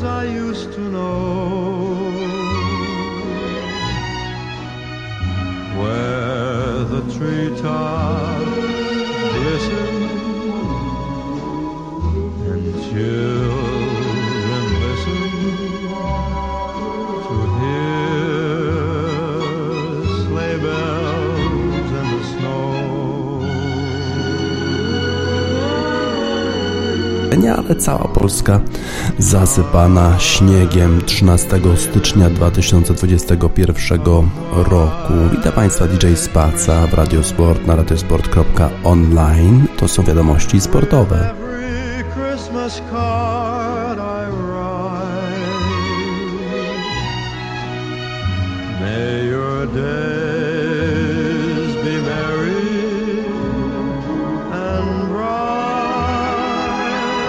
ones I used to know, where the treetops glisten and children listen to hear sleigh bells in the snow. Ale cała Polska zasypana śniegiem 13 stycznia 2021 roku. Witam Państwa, DJ Spaca w Radiosport na radiosport.online. To są wiadomości sportowe. May your days be merry and bright,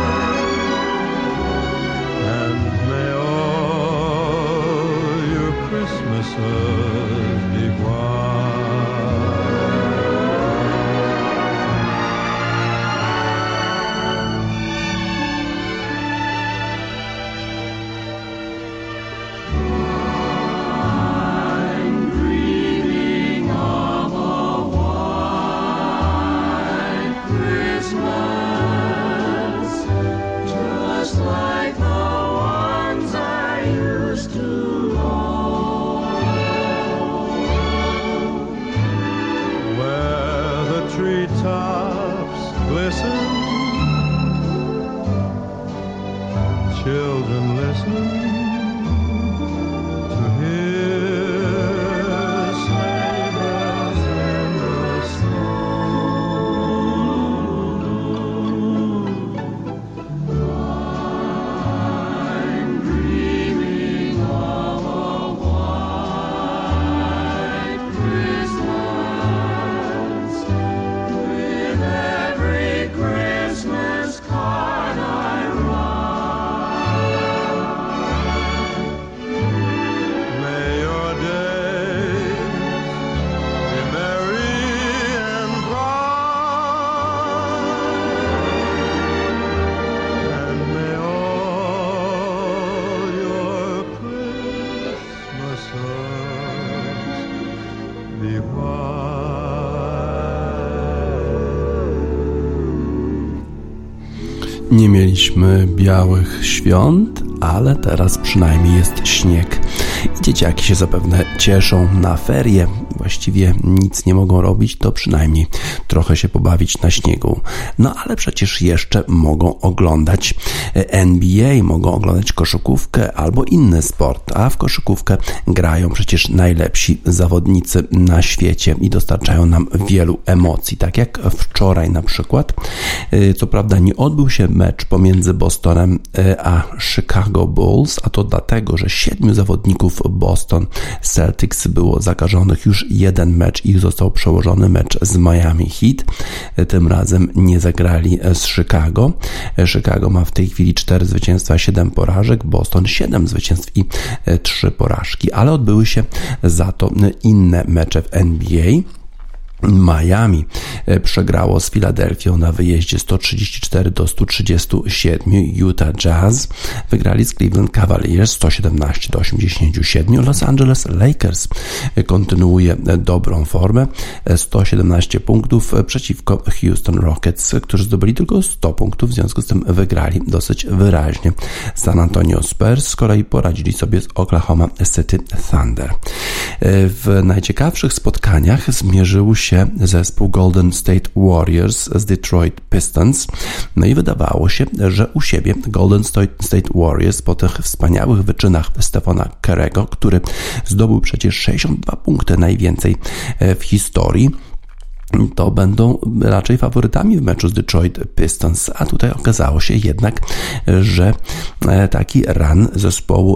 and may all your Christmases be treetops glisten, children listen to hear sleigh bells in the snow. I'm dreaming of a white Christmas, with every Christmas card I write. May your days be merry and bright, and may all your Christmases be white. Nie mieliśmy białych świąt, ale teraz przynajmniej jest śnieg. I dzieciaki się zapewne cieszą na ferie. Właściwie nic nie mogą robić, to przynajmniej trochę się pobawić na śniegu. No ale przecież jeszcze mogą oglądać NBA, mogą oglądać koszykówkę albo inny sport, a w koszykówkę grają przecież najlepsi zawodnicy na świecie i dostarczają nam wielu emocji, tak jak wczoraj na przykład. Co prawda nie odbył się mecz pomiędzy Bostonem a Chicago Bulls, a to dlatego, że 7 zawodników Boston Celtics było zakażonych. Już jeden mecz ich został przełożony, mecz z Miami Heat. Tym razem nie zagrali z Chicago. Chicago ma w tej chwili 4 zwycięstwa, 7 porażek. Boston 7 zwycięstw i 3 porażki. Ale odbyły się za to inne mecze w NBA. Miami przegrało z Filadelfią na wyjeździe 134-137. Utah Jazz wygrali z Cleveland Cavaliers 117-87. Los Angeles Lakers kontynuuje dobrą formę, 117 punktów przeciwko Houston Rockets, którzy zdobyli tylko 100 punktów, w związku z tym wygrali dosyć wyraźnie. San Antonio Spurs z kolei poradzili sobie z Oklahoma City Thunder. W najciekawszych spotkaniach zmierzył się zespół Golden State Warriors z Detroit Pistons. No i wydawało się, że u siebie Golden State Warriors po tych wspaniałych wyczynach Stephena Curry'ego, który zdobył przecież 62 punkty, najwięcej w historii, to będą raczej faworytami w meczu z Detroit Pistons, a tutaj okazało się jednak, że taki run zespołu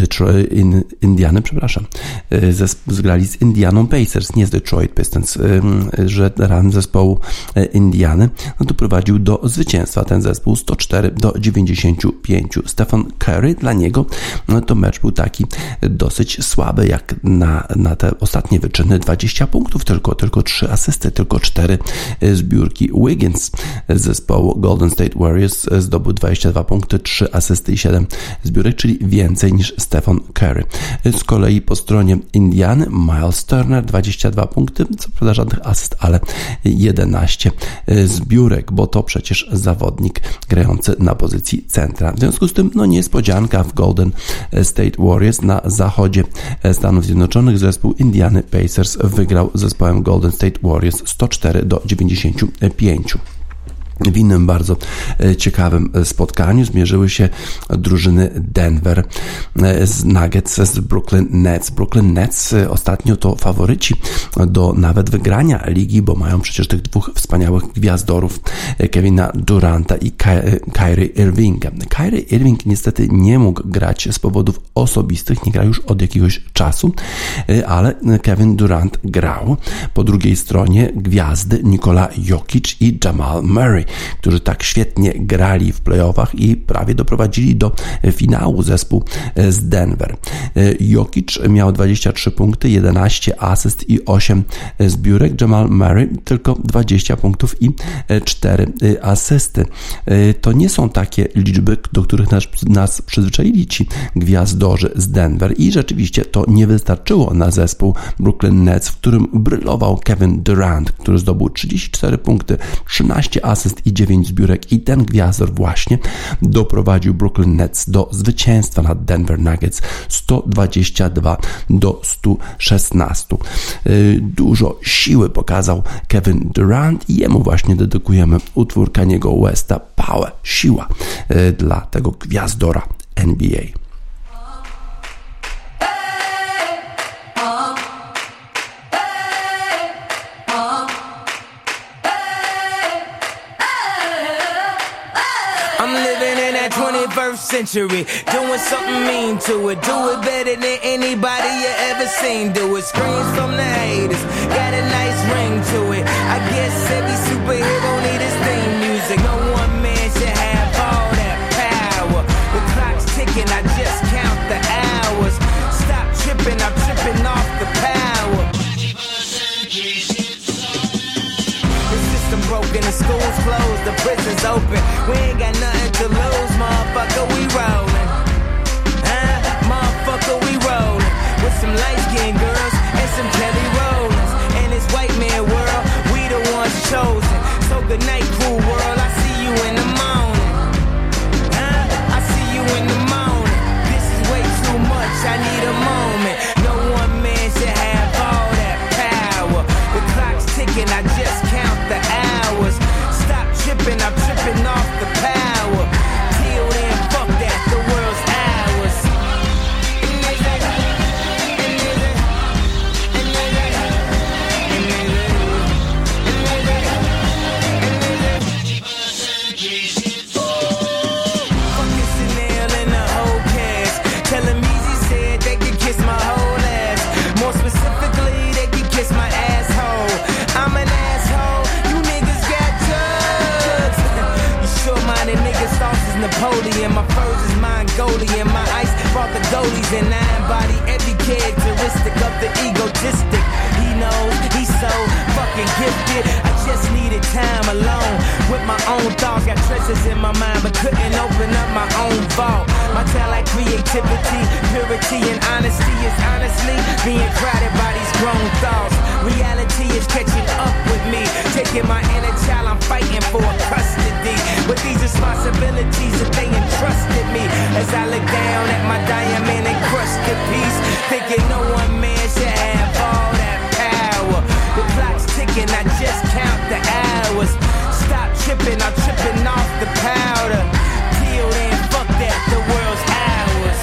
zgrali z Indianą Pacers, nie z Detroit Pistons, że run zespołu Indiany doprowadził do zwycięstwa ten zespół 104-95. Stephen Curry, dla niego to mecz był taki dosyć słaby, jak na te ostatnie wyczyny, 20 punktów tylko 3 asysty, tylko 4 zbiórki. Wiggins z zespołu Golden State Warriors zdobył 22 punkty, 3 asysty i 7 zbiórek, czyli więcej niż Stephen Curry. Z kolei po stronie Indiany Miles Turner 22 punkty, co prawda żadnych asyst, ale 11 zbiórek, bo to przecież zawodnik grający na pozycji centra. W związku z tym niespodzianka w Golden State Warriors. Na zachodzie Stanów Zjednoczonych zespół Indiana Pacers wygrał z zespołem Golden State Warriors 104-95. W innym bardzo ciekawym spotkaniu zmierzyły się drużyny Denver z Nuggets z Brooklyn Nets. Brooklyn Nets ostatnio to faworyci do nawet wygrania ligi, bo mają przecież tych dwóch wspaniałych gwiazdorów, Kevina Duranta i Kyrie Irvinga. Kyrie Irving niestety nie mógł grać z powodów osobistych, nie gra już od jakiegoś czasu, ale Kevin Durant grał. Po drugiej stronie gwiazdy Nikola Jokic i Jamal Murray, którzy tak świetnie grali w playoffach i prawie doprowadzili do finału zespół z Denver. Jokic miał 23 punkty, 11 asyst i 8 zbiórek. Jamal Murray tylko 20 punktów i 4 asysty. To nie są takie liczby, do których nas przyzwyczaili ci gwiazdorzy z Denver i rzeczywiście to nie wystarczyło na zespół Brooklyn Nets, w którym brylował Kevin Durant, który zdobył 34 punkty, 13 asyst i 9 zbiórek i ten gwiazdor właśnie doprowadził Brooklyn Nets do zwycięstwa nad Denver Nuggets 122-116. Dużo siły pokazał Kevin Durant i jemu właśnie dedykujemy utwór Kaniego Westa Power, siła dla tego gwiazdora NBA. Century, doing something mean to it, do it better than anybody you ever seen do it. Screams from the haters, got a nice ring to it. I guess every superhero need his theme music. No one man should have all that power. The clock's ticking, I just count the hours. Stop tripping, I'm tripping off the power. The system broken, the school's closed, the prison's open. We ain't got nothing to lose, motherfucker, we rollin'. Motherfucker, we rollin'. With some light-skinned girls and some Kelly Rollins. In this white man world, we the ones chosen. So good night, cool world, I see you in the morning. I see you in the morning. This is way too much, I need a moment. No one man should have all that power. The clock's ticking, I just count the hours. Stop tripping, I'm tripping off the power. Till then, fuck that, the world's ours. Fucking Chanel and the whole cast. Tell them Easy said they could kiss my whole ass. More specifically, they could kiss my asshole. I'm an asshole, you niggas got drugs. You sure-minded niggas, sauce is Napoleon. My furs is Mongolian. My ice brought the goalies and I embody every characteristic of the egotistic. He knows he's so fucking gifted. I just needed time alone with my own thoughts. Got treasures in my mind but couldn't open up my own vault. My talent, creativity, purity and honesty is honestly being crowded by these grown thoughts. Reality is catching up with me. Taking my inner child, I'm fighting for custody. With these responsibilities that they entrusted me. As I look down at my diamond encrusted piece, thinking no one man should have all that power. The clock's ticking, I just count the hours. Stop tripping, I'm tripping off the powder. Till then, fuck that, the world's ours.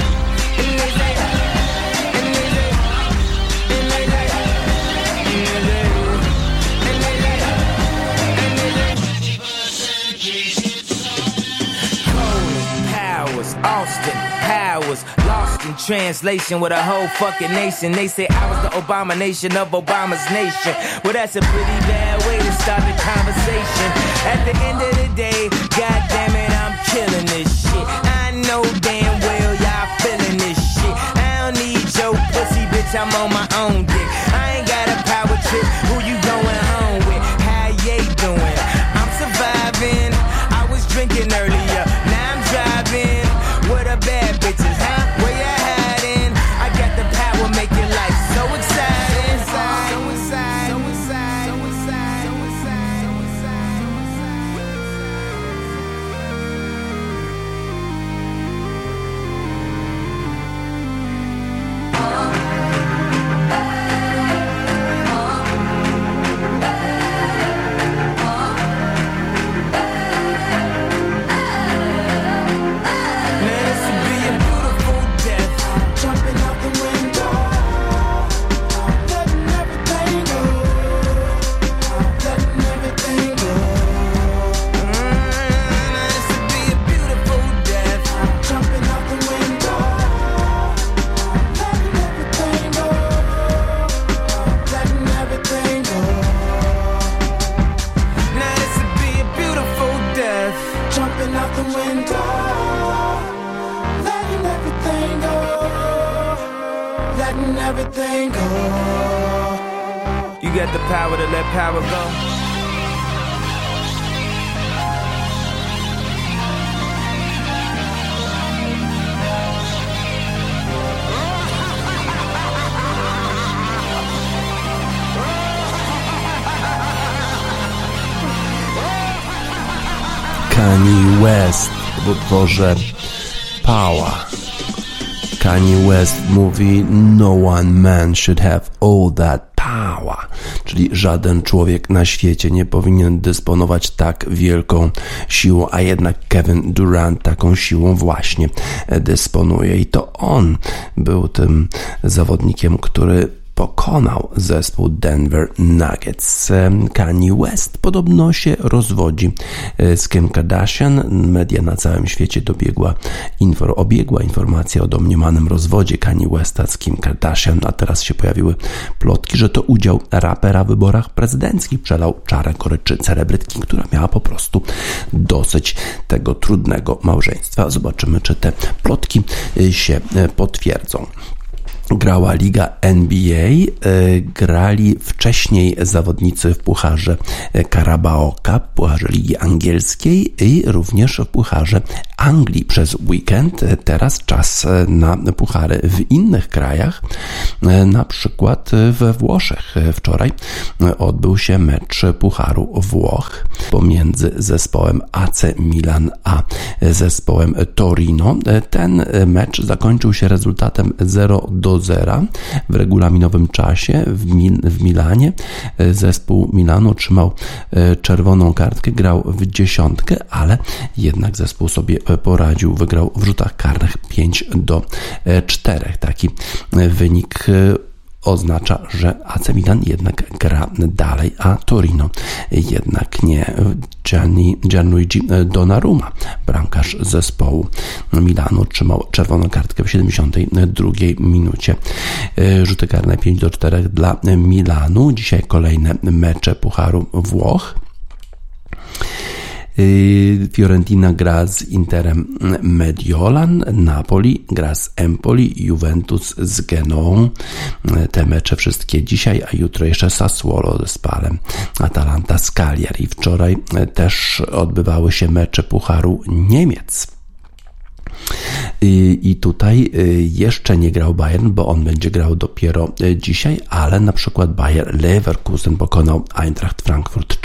Austin Powers, lost in translation with a whole fucking nation. They say I was the abomination of Obama's nation. Well, that's a pretty bad way to start the conversation. At the end of the day, goddamn it, I'm killing this shit. I know damn well y'all feeling this shit. I don't need your pussy, bitch, I'm on my own dick. I ain't got a power trip, who you going home letting everything go. You got the power to let power go. Kanye West w utworze Power. Kanye West mówi: no one man should have all that power, czyli żaden człowiek na świecie nie powinien dysponować tak wielką siłą, a jednak Kevin Durant taką siłą właśnie dysponuje i to on był tym zawodnikiem, który pokonał zespół Denver Nuggets. Kanye West podobno się rozwodzi z Kim Kardashian. Media na całym świecie obiegła informacja o domniemanym rozwodzie Kanye Westa z Kim Kardashian, a teraz się pojawiły plotki, że to udział rapera w wyborach prezydenckich przelał czarę goryczy celebrytki, która miała po prostu dosyć tego trudnego małżeństwa. Zobaczymy, czy te plotki się potwierdzą. Grała liga NBA, grali wcześniej zawodnicy w pucharze Carabao Cup, pucharze Ligi Angielskiej i również w pucharze Anglii przez weekend. Teraz czas na puchary w innych krajach, na przykład we Włoszech. Wczoraj odbył się mecz Pucharu Włoch pomiędzy zespołem AC Milan a zespołem Torino. Ten mecz zakończył się rezultatem 0-0 w regulaminowym czasie w Milanie. Zespół Milanu otrzymał czerwoną kartkę, grał w dziesiątkę, ale jednak zespół sobie poradził, wygrał w rzutach karnych 5-4. Taki wynik oznacza, że AC Milan jednak gra dalej, a Torino jednak nie. Gianluigi Donnarumma, bramkarz zespołu Milanu, otrzymał czerwoną kartkę w 72 minucie. Rzuty karne 5-4 dla Milanu. Dzisiaj kolejne mecze Pucharu Włoch. Fiorentina gra z Interem Mediolan, Napoli gra z Empoli, Juventus z Genoą. Te mecze wszystkie dzisiaj, a jutro jeszcze Sassuolo ze Spalem, Atalanta z Cagliari. Wczoraj też odbywały się mecze Pucharu Niemiec. I tutaj jeszcze nie grał Bayern, bo on będzie grał dopiero dzisiaj, ale na przykład Bayer Leverkusen pokonał Eintracht Frankfurt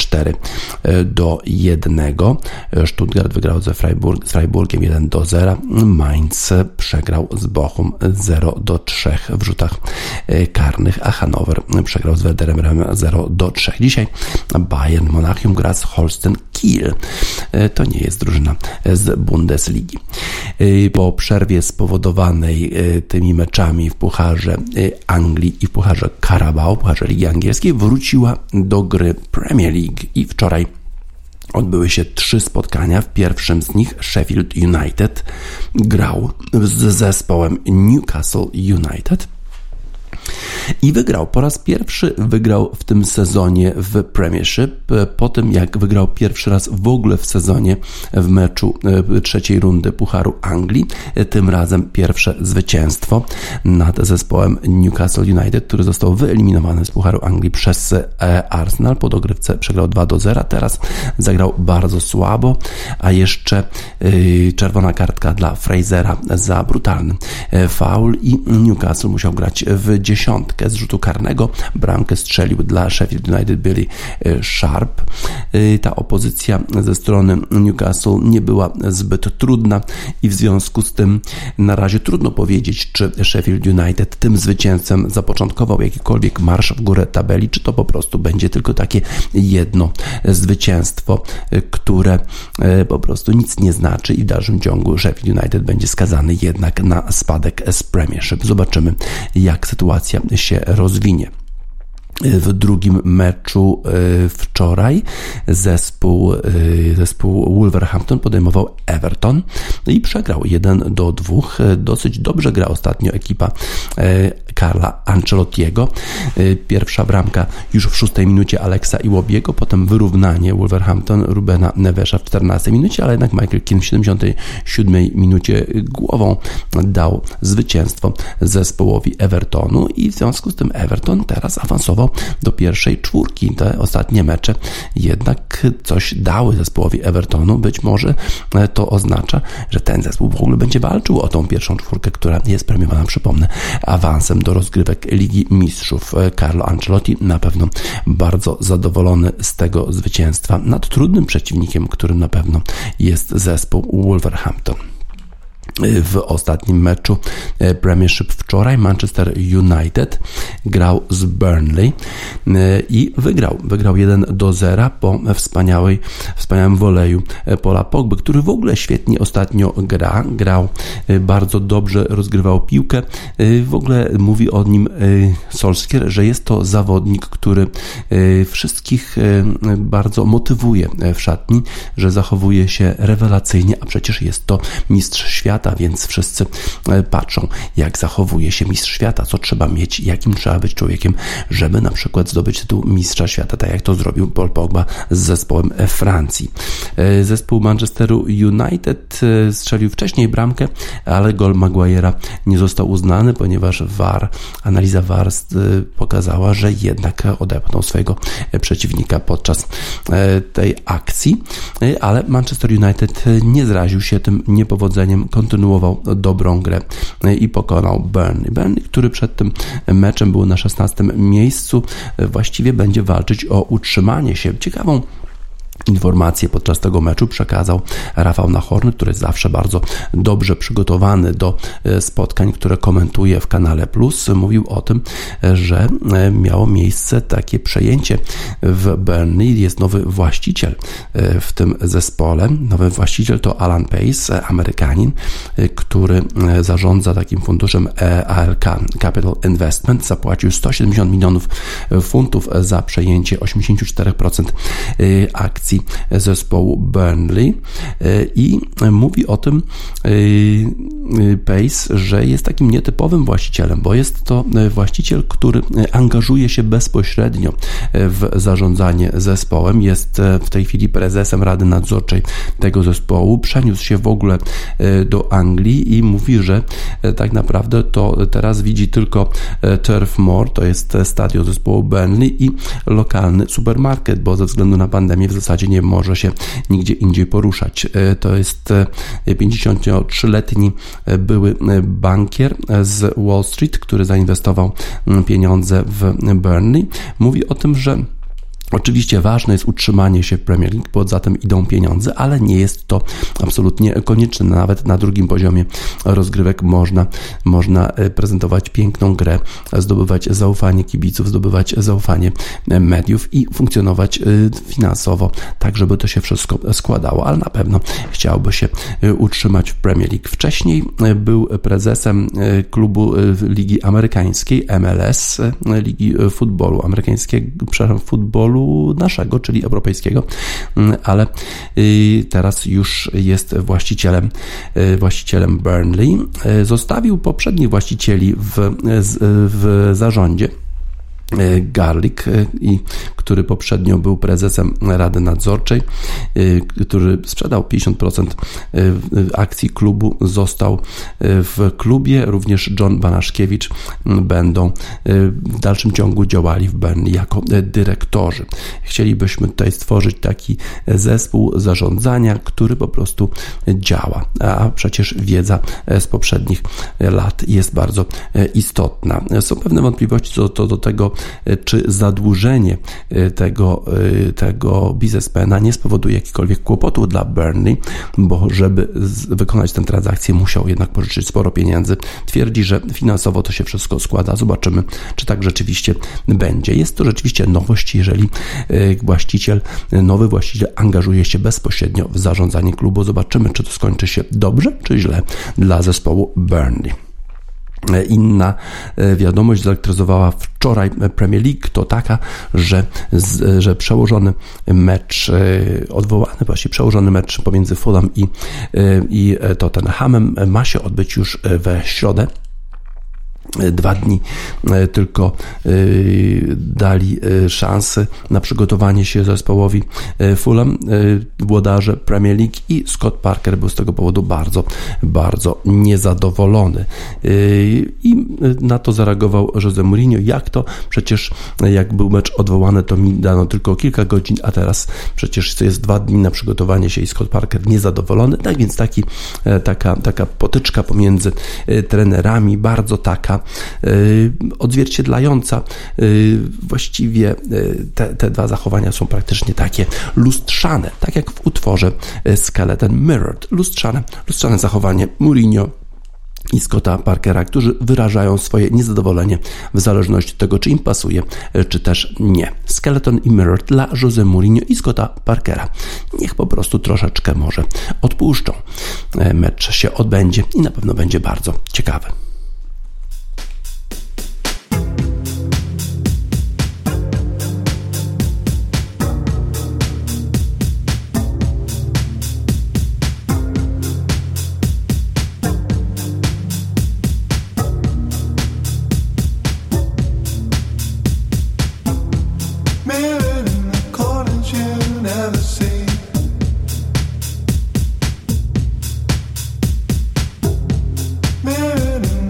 4-1. Stuttgart wygrał z Freiburgiem 1-0. Mainz przegrał z Bochum 0-3 w rzutach karnych, a Hannover przegrał z Werderem 0-3. Dzisiaj Bayern Monachium gra z Holstein Kiel. To nie jest drużyna z Bundesligi. Po przerwie spowodowanej tymi meczami w Pucharze Anglii i w Pucharze Carabao, Pucharze Ligi Angielskiej, wróciła do gry Premier League i wczoraj odbyły się 3 spotkania. W pierwszym z nich Sheffield United grał z zespołem Newcastle United i wygrał. Po raz pierwszy wygrał w tym sezonie w Premiership, po tym jak wygrał pierwszy raz w ogóle w sezonie w meczu trzeciej rundy Pucharu Anglii. Tym razem pierwsze zwycięstwo nad zespołem Newcastle United, który został wyeliminowany z Pucharu Anglii przez Arsenal. Po dogrywce przegrał 2-0. Teraz zagrał bardzo słabo, a jeszcze czerwona kartka dla Frasera za brutalny faul i Newcastle musiał grać w dziesiątkę z rzutu karnego. Bramkę strzelił dla Sheffield United Billy Sharp. Ta opozycja ze strony Newcastle nie była zbyt trudna i w związku z tym na razie trudno powiedzieć, czy Sheffield United tym zwycięstwem zapoczątkował jakikolwiek marsz w górę tabeli, czy to po prostu będzie tylko takie jedno zwycięstwo, które po prostu nic nie znaczy i w dalszym ciągu Sheffield United będzie skazany jednak na spadek z Premiership. Zobaczymy, jak sytuacja się rozwinie. W drugim meczu wczoraj zespół Wolverhampton podejmował Everton i przegrał 1-2. Dosyć dobrze gra ostatnio ekipa Carla Ancelottiego. Pierwsza bramka już w 6 minucie Alexa Iwobiego, potem wyrównanie Wolverhampton Rubena Nevesza w 14 minucie, ale jednak Michael Keane w 77 minucie głową dał zwycięstwo zespołowi Evertonu i w związku z tym Everton teraz awansował do pierwszej czwórki. Te ostatnie mecze jednak coś dały zespołowi Evertonu. Być może to oznacza, że ten zespół w ogóle będzie walczył o tą pierwszą czwórkę, która jest premiowana, przypomnę, awansem do rozgrywek Ligi Mistrzów. Carlo Ancelotti na pewno bardzo zadowolony z tego zwycięstwa nad trudnym przeciwnikiem, którym na pewno jest zespół Wolverhampton. W ostatnim meczu Premiership wczoraj Manchester United grał z Burnley i wygrał 1-0 po wspaniałym woleju Paula Pogby, który w ogóle świetnie ostatnio grał bardzo dobrze, rozgrywał piłkę. W ogóle mówi o nim Solskjaer, że jest to zawodnik, który wszystkich bardzo motywuje w szatni, że zachowuje się rewelacyjnie, a przecież jest to mistrz świata, więc wszyscy patrzą, jak zachowuje się mistrz świata, co trzeba mieć, jakim trzeba być człowiekiem, żeby na przykład zdobyć tytuł mistrza świata, tak jak to zrobił Paul Pogba z zespołem Francji. Zespół Manchesteru United strzelił wcześniej bramkę, ale gol Maguire'a nie został uznany, ponieważ analiza VAR pokazała, że jednak odepchnął swojego przeciwnika podczas tej akcji, ale Manchester United nie zraził się tym niepowodzeniem, kontynuował dobrą grę i pokonał Burnley, który przed tym meczem był na 16. miejscu, właściwie będzie walczyć o utrzymanie się. Ciekawą informację podczas tego meczu przekazał Rafał Nachorny, który jest zawsze bardzo dobrze przygotowany do spotkań, które komentuje w Kanale Plus. Mówił o tym, że miało miejsce takie przejęcie w Burnley. Jest nowy właściciel w tym zespole. Nowy właściciel to Alan Pace, Amerykanin, który zarządza takim funduszem ALK Capital Investment. Zapłacił 170 milionów funtów za przejęcie 84% akcji zespołu Burnley i mówi o tym Pace, że jest takim nietypowym właścicielem, bo jest to właściciel, który angażuje się bezpośrednio w zarządzanie zespołem, jest w tej chwili prezesem Rady Nadzorczej tego zespołu, przeniósł się w ogóle do Anglii i mówi, że tak naprawdę to teraz widzi tylko Turf Moor, to jest stadion zespołu Burnley i lokalny supermarket, bo ze względu na pandemię w zasadzie nie może się nigdzie indziej poruszać. To jest 53-letni były bankier z Wall Street, który zainwestował pieniądze w Burnley. Mówi o tym, że oczywiście ważne jest utrzymanie się w Premier League, bo za tym idą pieniądze, ale nie jest to absolutnie konieczne. Nawet na drugim poziomie rozgrywek można prezentować piękną grę, zdobywać zaufanie kibiców, zdobywać zaufanie mediów i funkcjonować finansowo, tak żeby to się wszystko składało, ale na pewno chciałby się utrzymać w Premier League. Wcześniej był prezesem klubu Ligi Amerykańskiej, MLS, Ligi Futbolu Amerykańskiego, futbolu naszego, czyli europejskiego, ale teraz już jest właścicielem Burnley. Zostawił poprzednich właścicieli w zarządzie. Garlick, który poprzednio był prezesem Rady Nadzorczej, który sprzedał 50% akcji klubu, został w klubie. Również John Banaszkiewicz będą w dalszym ciągu działali w Burnley jako dyrektorzy. Chcielibyśmy tutaj stworzyć taki zespół zarządzania, który po prostu działa, a przecież wiedza z poprzednich lat jest bardzo istotna. Są pewne wątpliwości co do tego, czy zadłużenie tego biznesmena nie spowoduje jakichkolwiek kłopotów dla Burnley, bo żeby wykonać tę transakcję musiał jednak pożyczyć sporo pieniędzy. Twierdzi, że finansowo to się wszystko składa. Zobaczymy, czy tak rzeczywiście będzie. Jest to rzeczywiście nowość, jeżeli nowy właściciel angażuje się bezpośrednio w zarządzanie klubu. Zobaczymy, czy to skończy się dobrze, czy źle dla zespołu Burnley. Inna wiadomość zelektryzowała wczoraj Premier League to taka, że przełożony mecz, przełożony mecz pomiędzy Fulham i Tottenhamem ma się odbyć już we środę. 2 dni tylko dali szansy na przygotowanie się zespołowi Fulham. Włodarze Premier League i Scott Parker był z tego powodu bardzo, bardzo niezadowolony. I na to zareagował Jose Mourinho. Jak to? Przecież jak był mecz odwołany, to mi dano tylko kilka godzin, a teraz przecież jest 2 dni na przygotowanie się i Scott Parker niezadowolony. Tak więc taka potyczka pomiędzy trenerami, bardzo taka odzwierciedlająca. Właściwie te dwa zachowania są praktycznie takie lustrzane, tak jak w utworze Skeleton Mirrored. Lustrzane zachowanie Mourinho i Scotta Parkera, którzy wyrażają swoje niezadowolenie w zależności od tego, czy im pasuje, czy też nie. Skeleton i Mirror dla Jose Mourinho i Scotta Parkera. Niech po prostu troszeczkę może odpuszczą. Mecz się odbędzie i na pewno będzie bardzo ciekawy. Mirrored in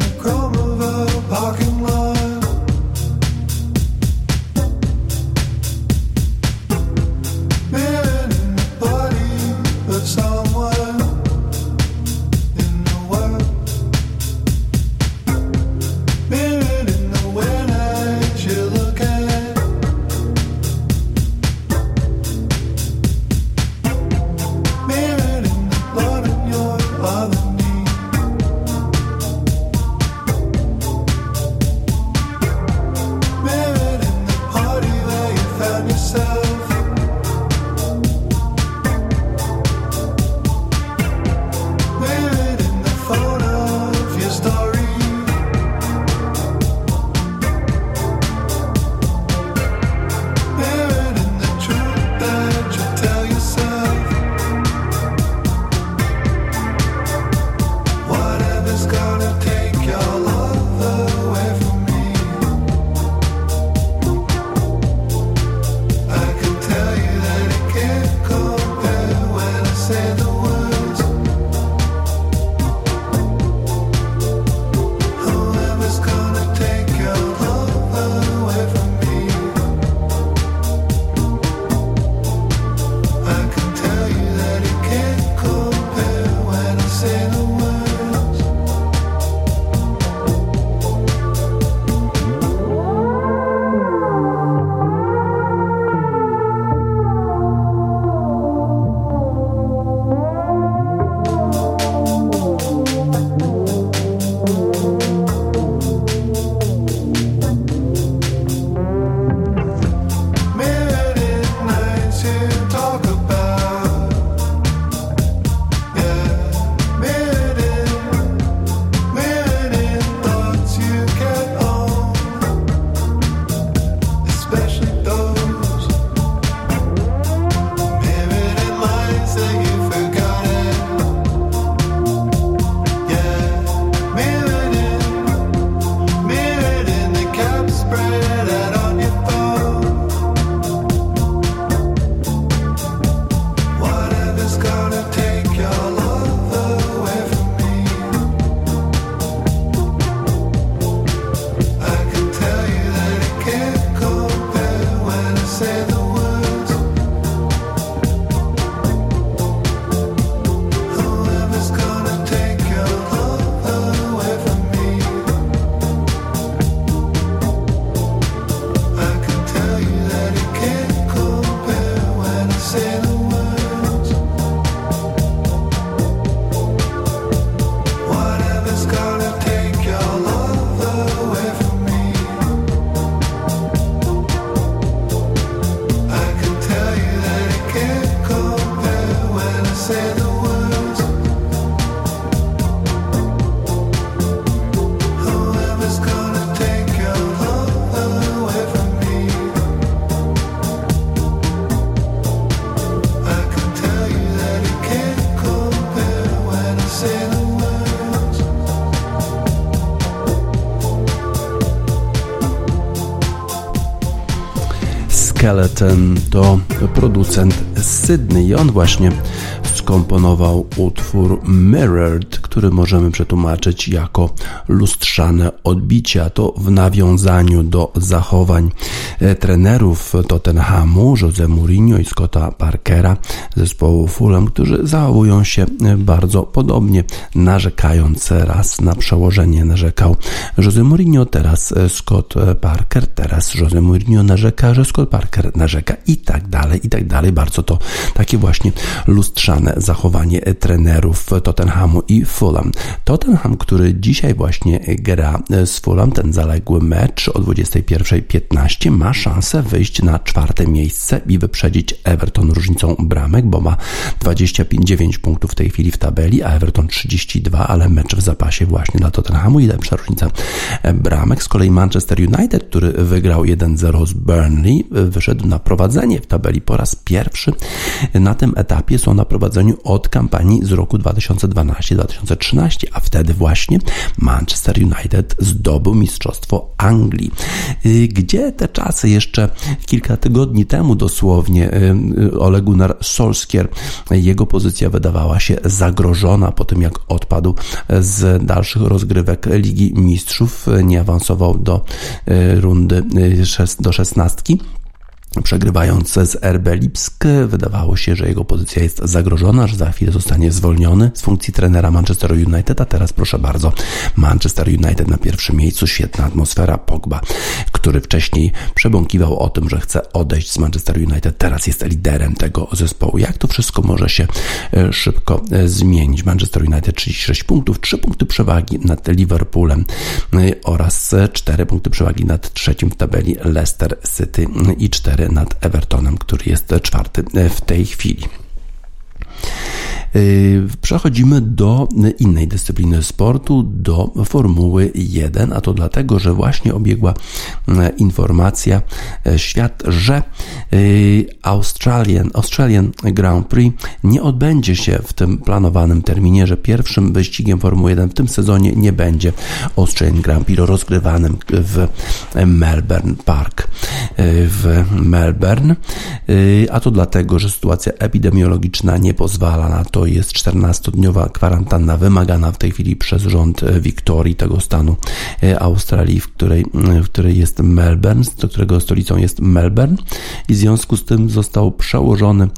Skeleton to producent z Sydney i on właśnie skomponował utwór Mirrored, który możemy przetłumaczyć jako lustrzane odbicia. To w nawiązaniu do zachowań trenerów Tottenhamu, Jose Mourinho i Scotta Parkera, zespołu Fulham, którzy zachowują się bardzo podobnie, narzekając raz na przełożenie. Narzekał Jose Mourinho, teraz Scott Parker, teraz Jose Mourinho narzeka, że Scott Parker narzeka i tak dalej. Bardzo to takie właśnie lustrzane zachowanie trenerów Tottenhamu i Fulham. Tottenham, który dzisiaj właśnie gra z Fulham, ten zaległy mecz o 21:15, ma szansę wyjść na 4. miejsce i wyprzedzić Everton różnicą bramek, bo ma 29 punktów w tej chwili w tabeli, a Everton 32, ale mecz w zapasie właśnie dla Tottenhamu i lepsza różnica bramek. Z kolei Manchester United, który wygrał 1-0 z Burnley, wyszedł na prowadzenie w tabeli po raz pierwszy. Na tym etapie są na prowadzeniu od kampanii z roku 2012-2013, a wtedy właśnie Manchester United zdobył mistrzostwo Anglii. Gdzie te czasy jeszcze kilka tygodni temu dosłownie Ole Gunnar Solskjaer, jego pozycja wydawała się zagrożona po tym, jak odpadł z dalszych rozgrywek Ligi Mistrzów, nie awansował do rundy do 16. Przegrywając z RB Lipsk, wydawało się, że jego pozycja jest zagrożona, że za chwilę zostanie zwolniony z funkcji trenera Manchester United, a teraz proszę bardzo, Manchester United na pierwszym miejscu, świetna atmosfera, Pogba, który wcześniej przebąkiwał o tym, że chce odejść z Manchester United, teraz jest liderem tego zespołu. Jak to wszystko może się szybko zmienić? Manchester United 36 punktów, 3 punkty przewagi nad Liverpoolem oraz 4 punkty przewagi nad trzecim w tabeli Leicester City i 4 nad Evertonem, który jest 4 w tej chwili. Przechodzimy do innej dyscypliny sportu, do Formuły 1, a to dlatego, że właśnie obiegła informacja świat, że Australian Grand Prix nie odbędzie się w tym planowanym terminie, że pierwszym wyścigiem Formuły 1 w tym sezonie nie będzie Australian Grand Prix rozgrywanym w Melbourne Park w Melbourne, a to dlatego, że sytuacja epidemiologiczna nie pozwala na to. Jest 14-dniowa kwarantanna wymagana w tej chwili przez rząd Wiktorii, tego stanu Australii, w której jest Melbourne, którego stolicą jest Melbourne, i w związku z tym został przełożony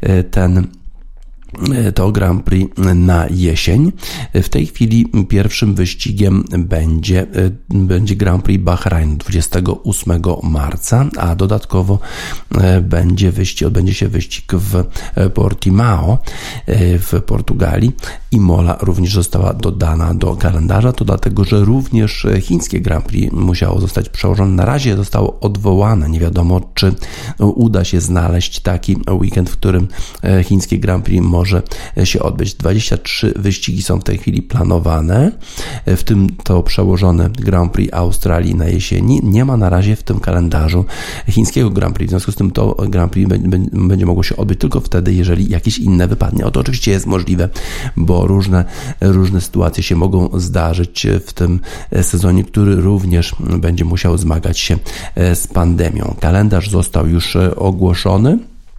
to Grand Prix na jesień. W tej chwili pierwszym wyścigiem będzie Grand Prix Bahrain 28 marca, a dodatkowo odbędzie się wyścig w Portimao w Portugalii. Imola również została dodana do kalendarza, to dlatego, że również chińskie Grand Prix musiało zostać przełożone. Na razie zostało odwołane. Nie wiadomo, czy uda się znaleźć taki weekend, w którym chińskie Grand Prix może się odbyć. 23 wyścigi są w tej chwili planowane, w tym to przełożone Grand Prix Australii na jesieni. Nie ma na razie w tym kalendarzu chińskiego Grand Prix, w związku z tym to Grand Prix będzie mogło się odbyć tylko wtedy, jeżeli jakieś inne wypadnie. To oczywiście jest możliwe, bo różne sytuacje się mogą zdarzyć w tym sezonie, który również będzie musiał zmagać się z pandemią. Kalendarz został już ogłoszony.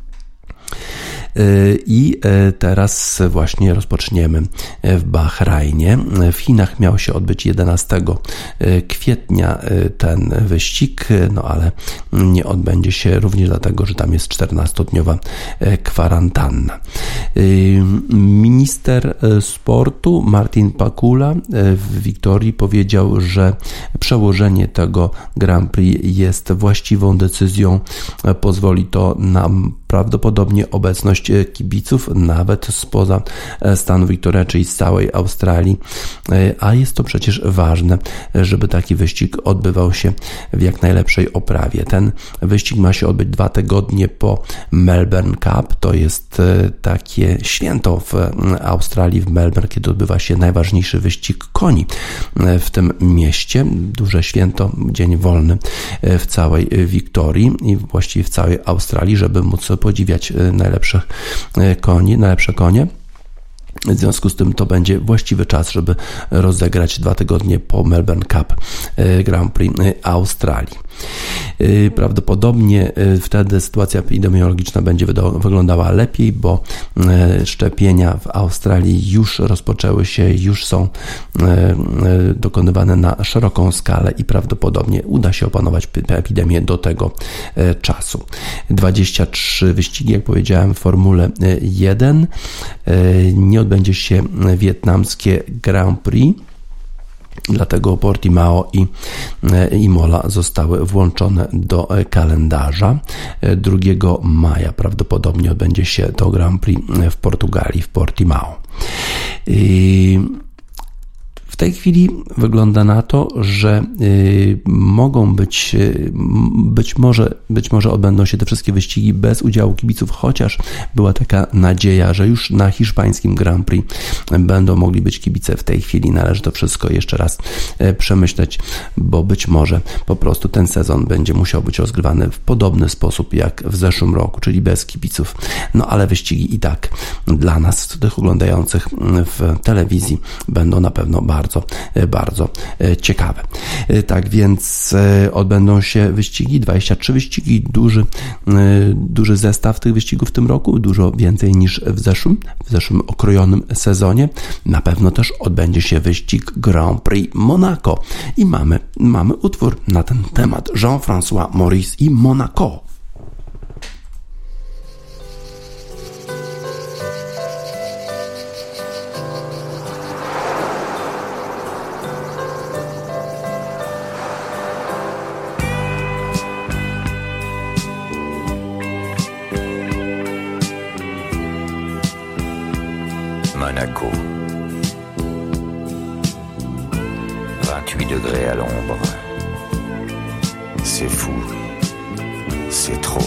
I teraz właśnie rozpoczniemy w Bahrajnie. W Chinach miał się odbyć 11 kwietnia ten wyścig, no ale nie odbędzie się również dlatego, że tam jest 14-dniowa kwarantanna. Minister sportu Martin Pakula w Wiktorii powiedział, że przełożenie tego Grand Prix jest właściwą decyzją. Pozwoli to na prawdopodobnie obecność kibiców nawet spoza stanu Wiktoria, czyli z całej Australii, a jest to przecież ważne, żeby taki wyścig odbywał się w jak najlepszej oprawie. Ten wyścig ma się odbyć 2 tygodnie po Melbourne Cup, to jest takie święto w Australii, w Melbourne, kiedy odbywa się najważniejszy wyścig koni w tym mieście. Duże święto, dzień wolny w całej Wiktorii i właściwie w całej Australii, żeby móc podziwiać najlepsze konie. W związku z tym to będzie właściwy czas, żeby rozegrać 2 tygodnie po Melbourne Cup Grand Prix Australii. Prawdopodobnie wtedy sytuacja epidemiologiczna będzie wyglądała lepiej, bo szczepienia w Australii już rozpoczęły się, już są dokonywane na szeroką skalę i prawdopodobnie uda się opanować epidemię do tego czasu. 23 wyścigi, jak powiedziałem, w Formule 1. Nie odbędzie się wietnamskie Grand Prix. Dlatego Portimao i Imola zostały włączone do kalendarza. 2 maja prawdopodobnie odbędzie się to Grand Prix w Portugalii, w Portimao. W tej chwili wygląda na to, że mogą być może odbędą się te wszystkie wyścigi bez udziału kibiców, chociaż była taka nadzieja, że już na hiszpańskim Grand Prix będą mogli być kibice. W tej chwili należy to wszystko jeszcze raz przemyśleć, bo być może po prostu ten sezon będzie musiał być rozgrywany w podobny sposób jak w zeszłym roku, czyli bez kibiców. No ale wyścigi i tak dla nas, tych oglądających w telewizji, będą na pewno bardzo ciekawe. Tak więc odbędą się wyścigi, 23 wyścigi, duży zestaw tych wyścigów w tym roku, dużo więcej niż w zeszłym okrojonym sezonie. Na pewno też odbędzie się wyścig Grand Prix Monaco i mamy utwór na ten temat. Jean-François Maurice i Monaco. Monaco. 28 degrés à l'ombre. C'est fou. C'est trop.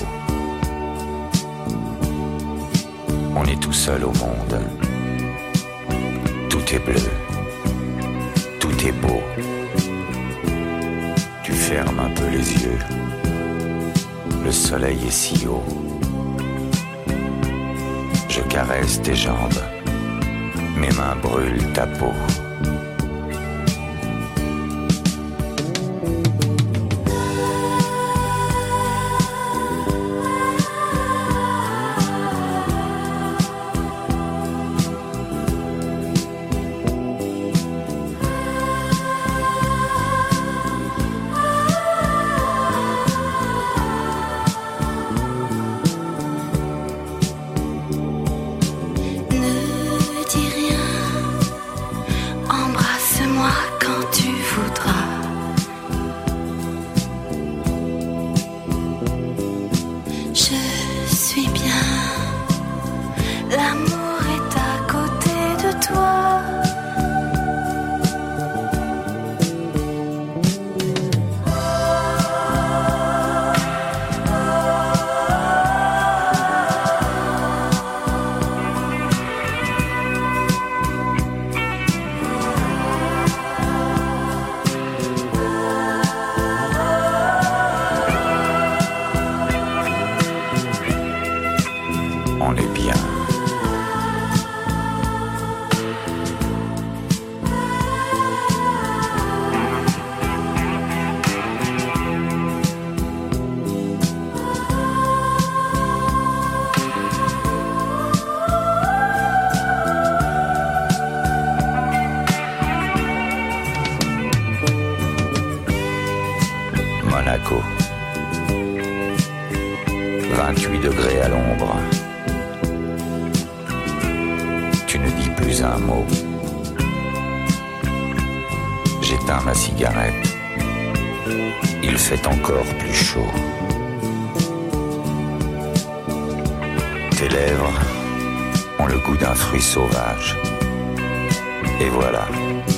On est tout seul au monde. Tout est bleu. Tout est beau. Tu fermes un peu les yeux. Le soleil est si haut. Je caresse tes jambes. Mes mains brûlent ta peau. On est bien. Monaco. 28 degrés à l'ombre. Tu ne dis plus un mot. J'éteins ma cigarette. Il fait encore plus chaud. Tes lèvres ont le goût d'un fruit sauvage. Et voilà,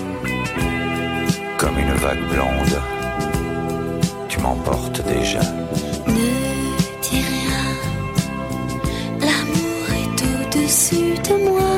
comme une vague blonde, tu m'emportes déjà. Ne dis rien, l'amour est au-dessus de moi.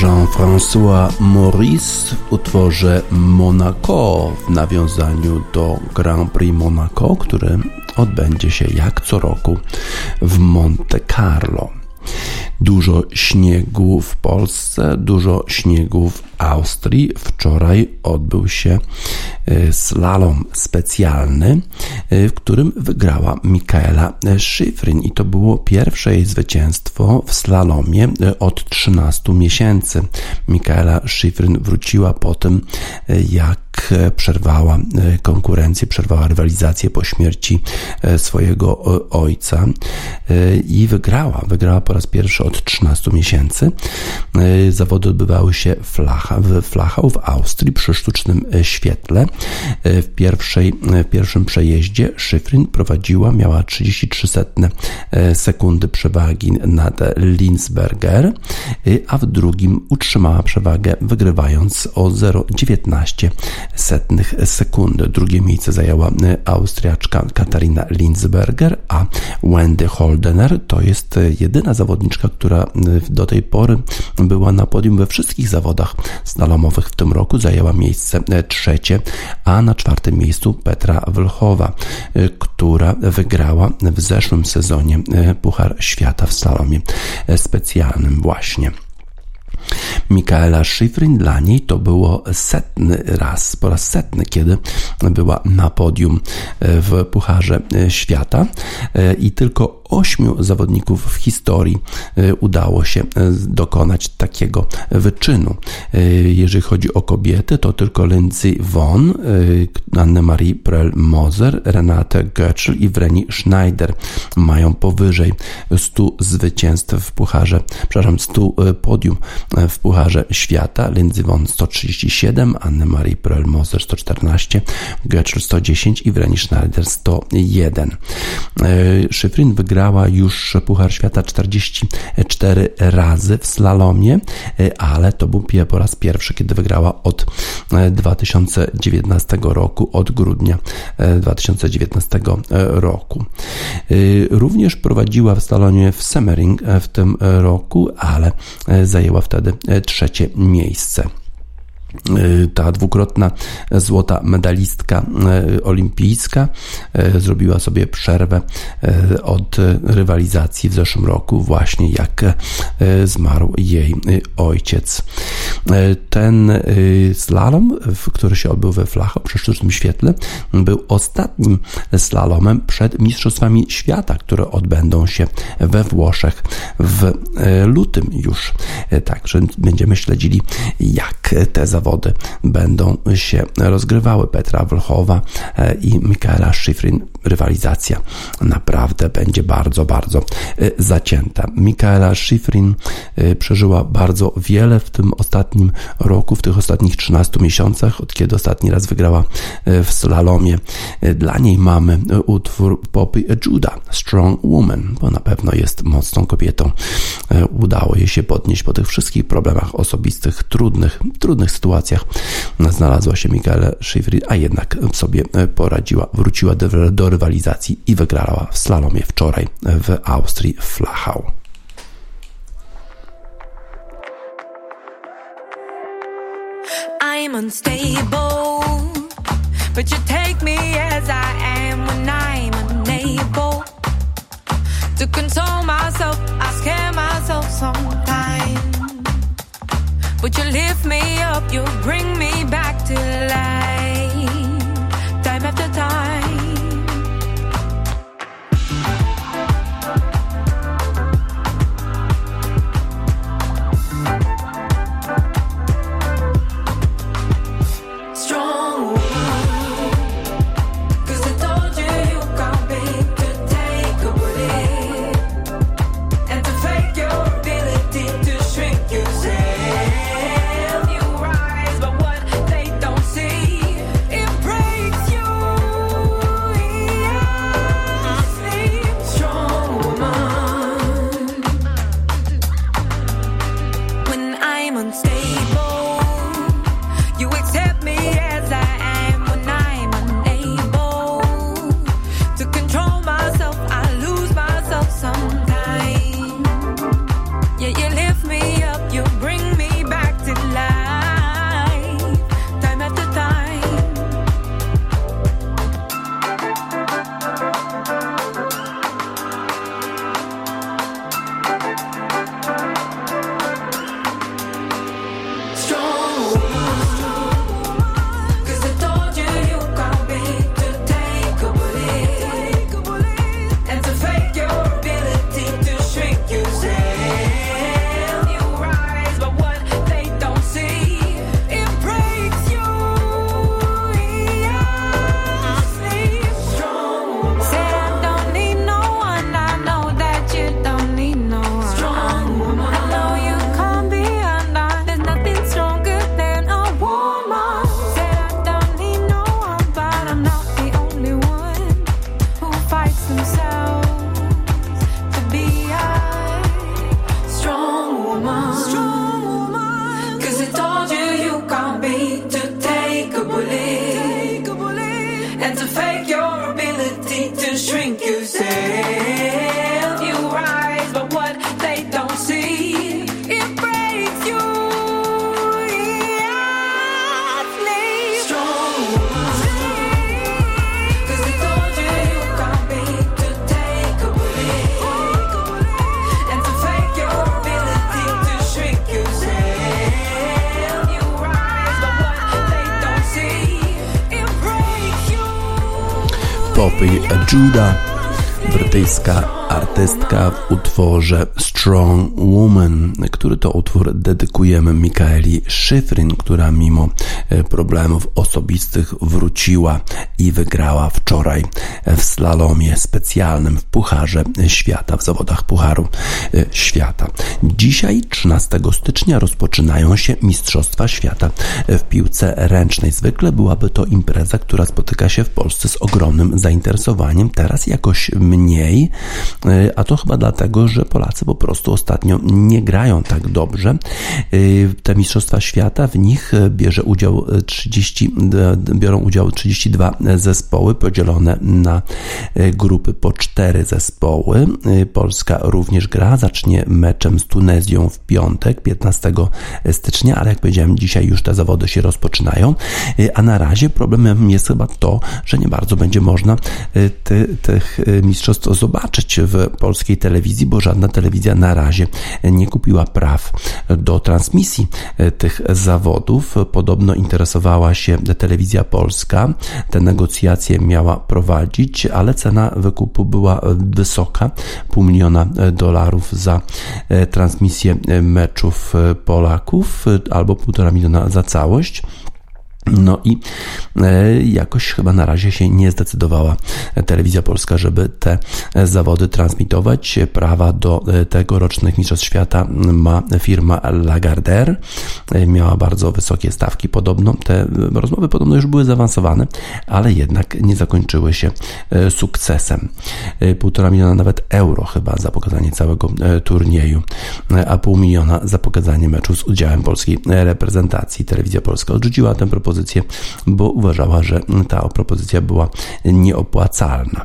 Jean-François Maurice w utworze Monaco w nawiązaniu do Grand Prix Monaco, który odbędzie się jak co roku w Monte Carlo. Dużo śniegu w Polsce, dużo śniegu w Austrii. Wczoraj odbył się slalom specjalny, w którym wygrała Mikaela Shiffrin i to było pierwsze jej zwycięstwo w slalomie od 13 miesięcy. Mikaela Shiffrin wróciła po tym, jak przerwała konkurencję, przerwała rywalizację po śmierci swojego ojca i wygrała po raz pierwszy od 13 miesięcy. Zawody odbywały się w Flachau w Austrii przy sztucznym świetle. W pierwszym przejeździe Shiffrin prowadziła, miała 33 sekundy przewagi nad Linsberger, a w drugim utrzymała przewagę, wygrywając o 0,19 sekundy. Drugie miejsce zajęła Austriaczka Katharina Linsberger, a Wendy Holdener to jest jedyna zawodniczka, która do tej pory była na podium we wszystkich zawodach slalomowych w tym roku. Zajęła miejsce trzecie, a na czwartym miejscu Petra Vlhova, która wygrała w zeszłym sezonie Puchar Świata w slalomie specjalnym właśnie. Mikaela Shiffrin, dla niej to było po raz setny, kiedy była na podium w Pucharze Świata i tylko 8 zawodników w historii udało się dokonać takiego wyczynu. Jeżeli chodzi o kobiety, to tylko Lindsey Vonn, Annemarie Prel-Moser, Renate Götzl i Vreni Schneider mają powyżej 100 zwycięstw w Pucharze, 100 podium w Pucharze Świata. Lindsey Vonn 137, Annemarie Prel-Moser 114, Götzl 110 i Vreni Schneider 101. Shiffrin wygrała już Puchar Świata 44 razy w slalomie, ale to był po raz pierwszy, kiedy wygrała od 2019 roku, od grudnia 2019 roku. Również prowadziła w slalomie w Semmering w tym roku, ale zajęła wtedy trzecie miejsce. Ta dwukrotna złota medalistka olimpijska zrobiła sobie przerwę od rywalizacji w zeszłym roku, właśnie jak zmarł jej ojciec. Ten slalom, który się odbył we Flachau przy sztucznym świetle, był ostatnim slalomem przed Mistrzostwami Świata, które odbędą się we Włoszech w lutym już. Także będziemy śledzili, jak te zawody będą się rozgrywały. Petra Vlhova i Mikaela Shiffrin. Rywalizacja naprawdę będzie bardzo, bardzo zacięta. Mikaela Shiffrin przeżyła bardzo wiele w tym ostatnim roku, w tych ostatnich 13 miesiącach, od kiedy ostatni raz wygrała w slalomie. Dla niej mamy utwór Poppy Judah, Strong Woman, bo na pewno jest mocną kobietą. Udało jej się podnieść po tych wszystkich problemach osobistych, trudnych sytuacjach. Znalazła się Mikaela Shiffrin, a jednak sobie poradziła, wróciła do rywalizacji i wygrała w slalomie wczoraj w Austrii w Flachau. I'm unstable, but you take me as I am when I'm unable to control myself. I scare myself sometimes, but you lift me up, you bring me back to life, time after time. Yeah, you lift me up, you bring me back. grupy Judah, brytyjska artystka w utworze Strong Woman, który to utwór dedykujemy Mikaeli Schifrin, która mimo problemów osobistych wróciła i wygrała wczoraj w slalomie specjalnym w Pucharze Świata, w zawodach Pucharu Świata. Dzisiaj, 13 stycznia, rozpoczynają się Mistrzostwa Świata w piłce ręcznej. Zwykle byłaby to impreza, która spotyka się w Polsce z ogromnym zainteresowaniem. Teraz jakoś mniej, a to chyba dlatego, że Polacy po prostu ostatnio nie grają tak dobrze. Te Mistrzostwa Świata, w nich biorą udział 32 zespoły podzielone na grupy po 4 zespoły. Polska również gra, zacznie meczem z Tunezją w piątek, 15 stycznia, ale jak powiedziałem, dzisiaj już te zawody się rozpoczynają, a na razie problemem jest chyba to, że nie bardzo będzie można tych mistrzostw zobaczyć w polskiej telewizji, bo żadna telewizja na razie nie kupiła praw do transmisji tych zawodów. Podobno interesowała się telewizja polska, te negocjacje miała prowadzić, ale cena wykupu była wysoka, $500,000 za transmisję meczów Polaków albo $1,5 miliona za całość. No i jakoś chyba na razie się nie zdecydowała telewizja polska, żeby te zawody transmitować. Prawa do tegorocznych Mistrzostw Świata ma firma Lagardère. Miała bardzo wysokie stawki podobno. Te rozmowy podobno już były zaawansowane, ale jednak nie zakończyły się sukcesem. $1,5 miliona nawet euro chyba za pokazanie całego turnieju, a $500,000 za pokazanie meczu z udziałem polskiej reprezentacji. Telewizja polska odrzuciła tę propozycję, bo uważała, że ta propozycja była nieopłacalna.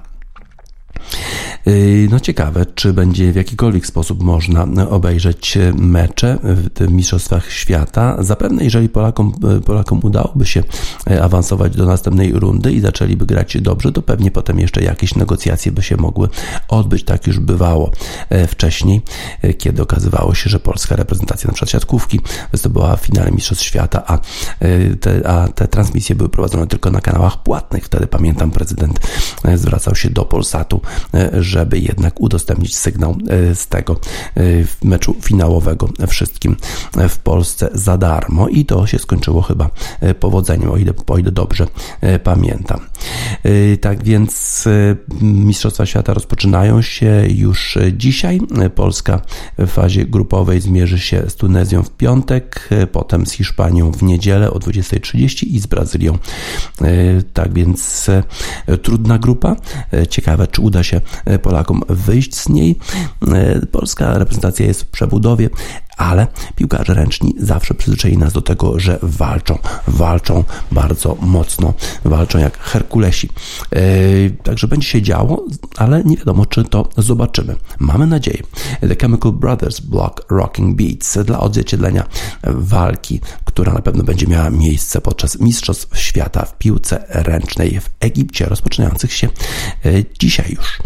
No ciekawe, czy będzie w jakikolwiek sposób można obejrzeć mecze w Mistrzostwach Świata. Zapewne jeżeli Polakom udałoby się awansować do następnej rundy i zaczęliby grać dobrze, to pewnie potem jeszcze jakieś negocjacje by się mogły odbyć. Tak już bywało wcześniej, kiedy okazywało się, że polska reprezentacja, na przykład siatkówki, występowała w finale Mistrzostw Świata, a te transmisje były prowadzone tylko na kanałach płatnych. Wtedy pamiętam, prezydent zwracał się do Polsatu, żeby jednak udostępnić sygnał z tego meczu finałowego wszystkim w Polsce za darmo i to się skończyło chyba powodzeniem, o ile dobrze pamiętam. Tak więc Mistrzostwa Świata rozpoczynają się już dzisiaj. Polska w fazie grupowej zmierzy się z Tunezją w piątek, potem z Hiszpanią w niedzielę o 20:30 i z Brazylią. Tak więc trudna grupa. Ciekawe, czy uda się Polakom wyjść z niej. Polska reprezentacja jest w przebudowie, ale piłkarze ręczni zawsze przyzwyczaili nas do tego, że walczą bardzo mocno, walczą jak Herkulesi. Także będzie się działo, ale nie wiadomo, czy to zobaczymy. Mamy nadzieję. The Chemical Brothers Block Rocking Beats dla odzwierciedlenia walki, która na pewno będzie miała miejsce podczas Mistrzostw Świata w piłce ręcznej w Egipcie, rozpoczynających się dzisiaj już.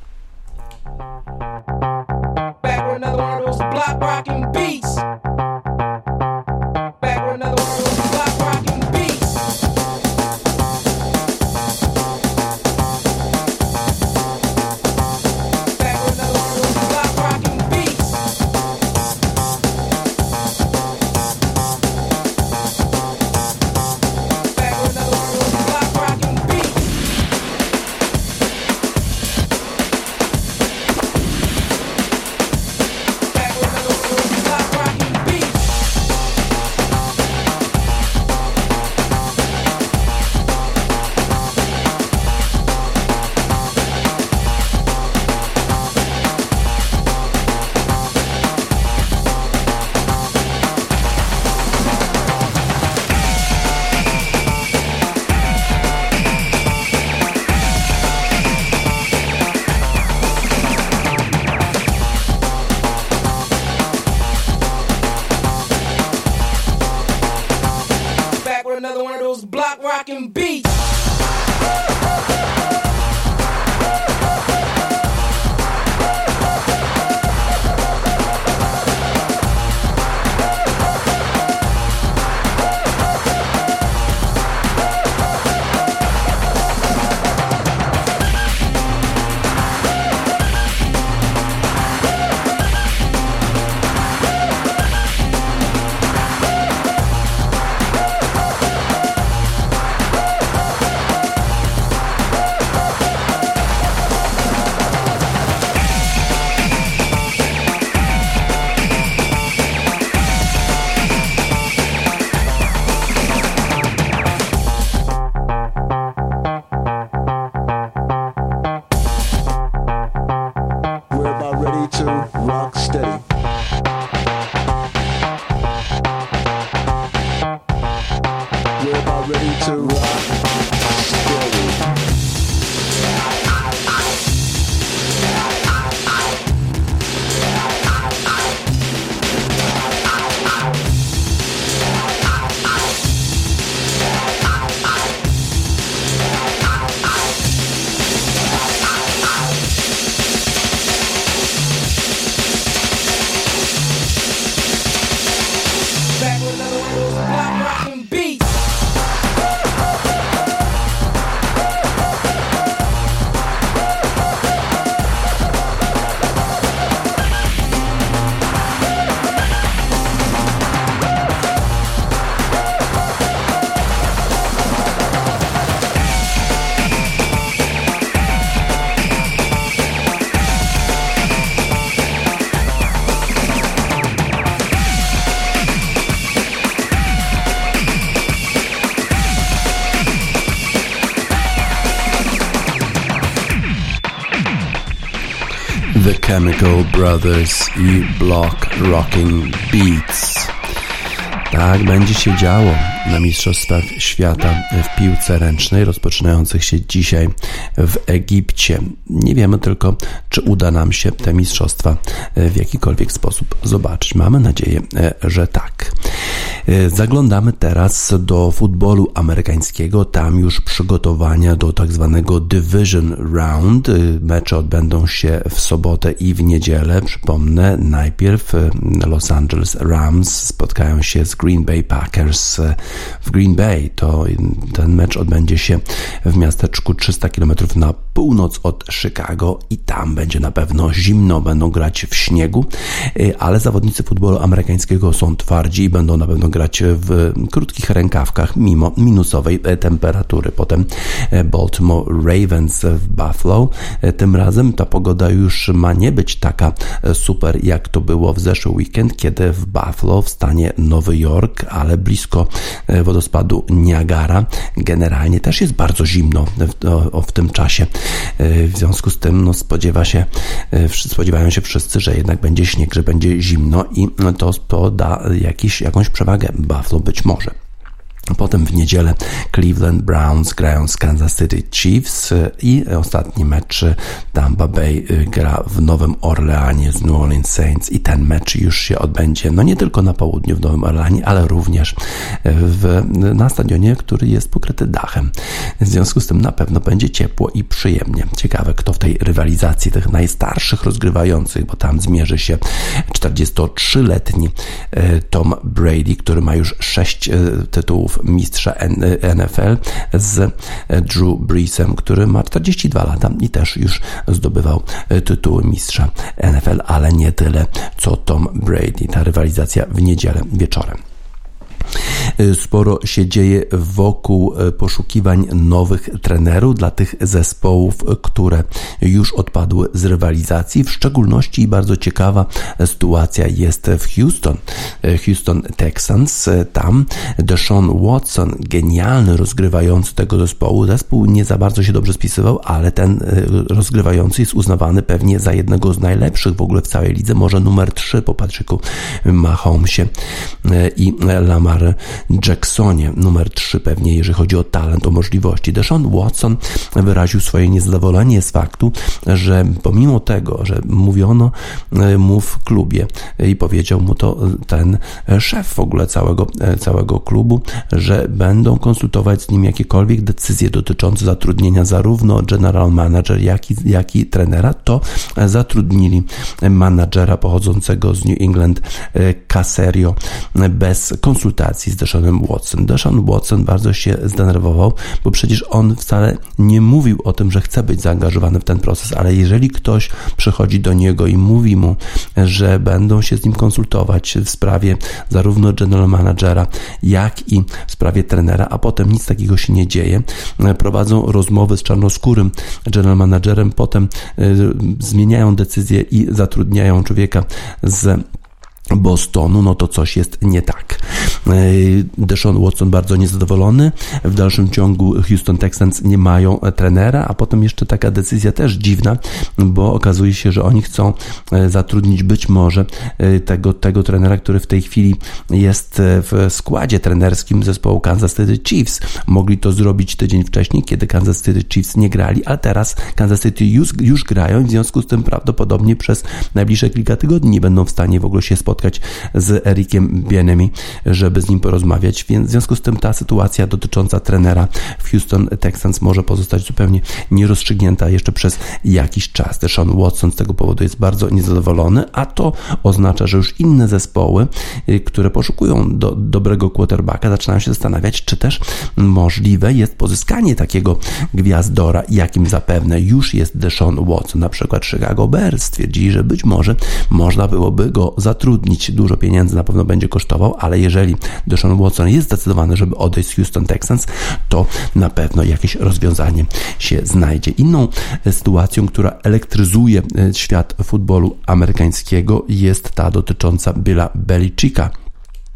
Back with another one of those block rocking beats. Back with another one of those block rocking beats. Back with another one of those block rocking beats. Back with another one of those block rocking beats. Another one of those block rocking beats. The Chemical Brothers i Block Rocking Beats. Tak będzie się działo na Mistrzostwach Świata w piłce ręcznej rozpoczynających się dzisiaj w Egipcie. Nie wiemy tylko, czy uda nam się te mistrzostwa w jakikolwiek sposób zobaczyć. Mamy nadzieję, że tak. Zaglądamy teraz do futbolu amerykańskiego. Tam już przygotowania do tak zwanego Division Round. Mecze odbędą się w sobotę i w niedzielę. Przypomnę, najpierw Los Angeles Rams spotkają się z Green Bay Packers w Green Bay. Ten mecz odbędzie się w miasteczku 300 km na północ od Chicago i tam będzie na pewno zimno, będą grać w śniegu, ale zawodnicy futbolu amerykańskiego są twardzi i będą na pewno grać w krótkich rękawkach mimo minusowej temperatury. Potem Baltimore Ravens w Buffalo. Tym razem ta pogoda już ma nie być taka super, jak to było w zeszły weekend, kiedy w Buffalo w stanie Nowy Jork, ale blisko wodospadu Niagara, generalnie też jest bardzo zimno w tym czasie. W związku z tym spodziewają się wszyscy, że jednak będzie śnieg, że będzie zimno i to da jakąś przewagę Buffalo być może. Potem w niedzielę Cleveland Browns grają z Kansas City Chiefs i ostatni mecz Tampa Bay gra w Nowym Orleanie z New Orleans Saints i ten mecz już się odbędzie nie tylko na południu w Nowym Orleanie, ale również na stadionie, który jest pokryty dachem. W związku z tym na pewno będzie ciepło i przyjemnie. Ciekawe, kto w tej rywalizacji tych najstarszych rozgrywających, bo tam zmierzy się 43-letni Tom Brady, który ma już 6 tytułów mistrza NFL z Drew Breesem, który ma 42 lata i też już zdobywał tytuły mistrza NFL, ale nie tyle co Tom Brady. Ta rywalizacja w niedzielę wieczorem. Sporo się dzieje wokół poszukiwań nowych trenerów dla tych zespołów, które już odpadły z rywalizacji. W szczególności bardzo ciekawa sytuacja jest w Houston Texans. Tam Deshaun Watson, genialny rozgrywający tego zespołu. Zespół nie za bardzo się dobrze spisywał, ale ten rozgrywający jest uznawany pewnie za jednego z najlepszych w ogóle w całej lidze. Może numer 3 po Patricku Mahomesie i Lamar Jacksonie, numer 3 pewnie, jeżeli chodzi o talent, o możliwości. Deshaun Watson wyraził swoje niezadowolenie z faktu, że pomimo tego, że mówiono mu w klubie i powiedział mu to ten szef w ogóle całego klubu, że będą konsultować z nim jakiekolwiek decyzje dotyczące zatrudnienia zarówno general manager, jak i trenera, to zatrudnili managera pochodzącego z New England, Caserio, bez konsultacji z Deshaunem Watson. Deshaun Watson bardzo się zdenerwował, bo przecież on wcale nie mówił o tym, że chce być zaangażowany w ten proces, ale jeżeli ktoś przychodzi do niego i mówi mu, że będą się z nim konsultować w sprawie zarówno general managera, jak i w sprawie trenera, a potem nic takiego się nie dzieje, prowadzą rozmowy z czarnoskórym general managerem, potem zmieniają decyzję i zatrudniają człowieka z Bostonu, to coś jest nie tak. Deshaun Watson bardzo niezadowolony. W dalszym ciągu Houston Texans nie mają trenera, a potem jeszcze taka decyzja też dziwna, bo okazuje się, że oni chcą zatrudnić być może tego trenera, który w tej chwili jest w składzie trenerskim zespołu Kansas City Chiefs. Mogli to zrobić tydzień wcześniej, kiedy Kansas City Chiefs nie grali, a teraz Kansas City już grają i w związku z tym prawdopodobnie przez najbliższe kilka tygodni nie będą w stanie w ogóle się spotkać z Ericiem Bieniemy, żeby z nim porozmawiać, więc w związku z tym ta sytuacja dotycząca trenera w Houston Texans może pozostać zupełnie nierozstrzygnięta jeszcze przez jakiś czas. Deshaun Watson z tego powodu jest bardzo niezadowolony, a to oznacza, że już inne zespoły, które poszukują dobrego quarterbacka, zaczynają się zastanawiać, czy też możliwe jest pozyskanie takiego gwiazdora, jakim zapewne już jest Deshaun Watson. Na przykład Chicago Bears stwierdzili, że być może można byłoby go zatrudnić. Dużo pieniędzy na pewno będzie kosztował, ale jeżeli Deshaun Watson jest zdecydowany, żeby odejść z Houston Texans, to na pewno jakieś rozwiązanie się znajdzie. Inną sytuacją, która elektryzuje świat futbolu amerykańskiego, jest ta dotycząca Billa Belichicka.